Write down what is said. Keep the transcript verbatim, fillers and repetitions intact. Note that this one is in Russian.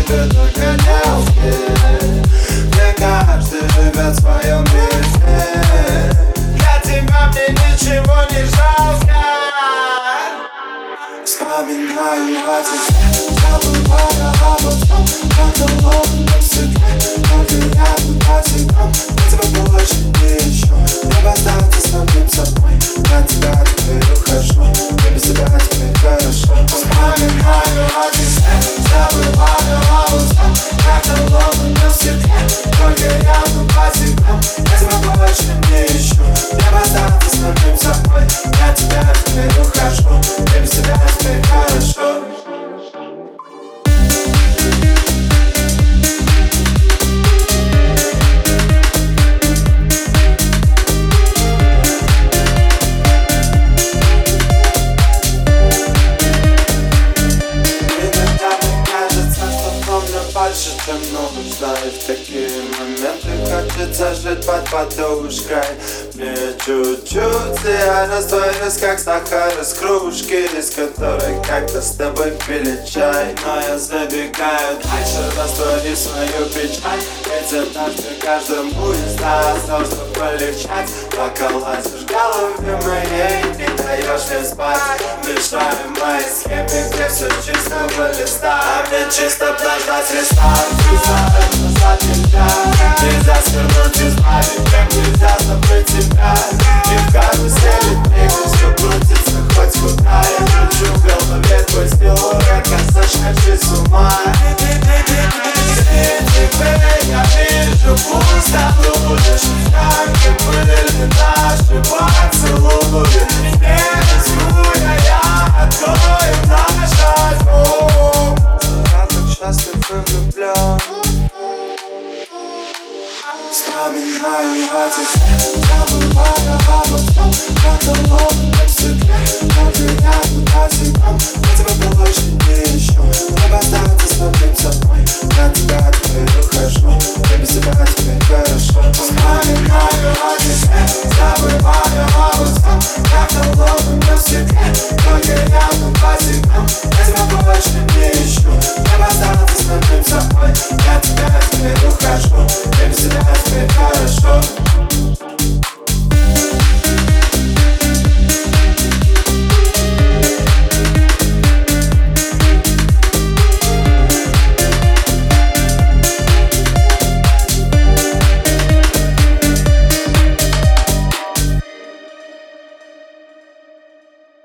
тебе только не где каждый живет в своем мире. Для тебя мне ничего не жалко. Вспоминаю о тебе, забывая обо всем, как холодном стекле. Только я тут босиком, я тебя больше не ищу. Мне остаться самим собой, от тебя теперь ухожу. Мне без тебя теперь хорошо. Вспоминаю о тебе, забываю обо всем, как холодном стекле. Только я тут босиком, я тебя больше не ищу. Мне остаться самим собой, от тебя теперь ухожу. Мне без тебя теперь хорошо. Больше, чем новых знаешь, в такие моменты хочется жить под подушкой. Мне чуть-чуть реальность творится, как сахар из кружки, из которой как-то с тобой пили чай. Но я забегаю дальше, раствори свою печаль. Ведь однажды каждому из нас должно полегчать. Пока лазишь в голове моей, не даешь мне спать. Мешаю моей схеме, где все чистого листа. А мне чисто прождать рестарт. Чувствую, назад нельзя. Нельзя свернуть, избавить, как нельзя забыть тебя. И в карусели двигаюсь, все крутится хоть куда. Я кручу в голове твой силуэт, как сошедший с ума. Среди тебя я вижу пусто лужи. Как и были наши поцелуи. Не рискуя, я открою наш альбом. Я так счастлив и влюблен. Вспоминаю о тебе, забываю обо всем, как холодном стекле. Только я тут босиком, я тебя больше не ищу. Мне остаться самим собой, от тебя теперь ухожу. Мне без тебя теперь хорошо. Вспоминаю о тебе, забываю обо всем, как холодном стекле. Только я тут босиком, я тебя больше не ищу. Мне остаться самим собой, от тебя теперь ухожу.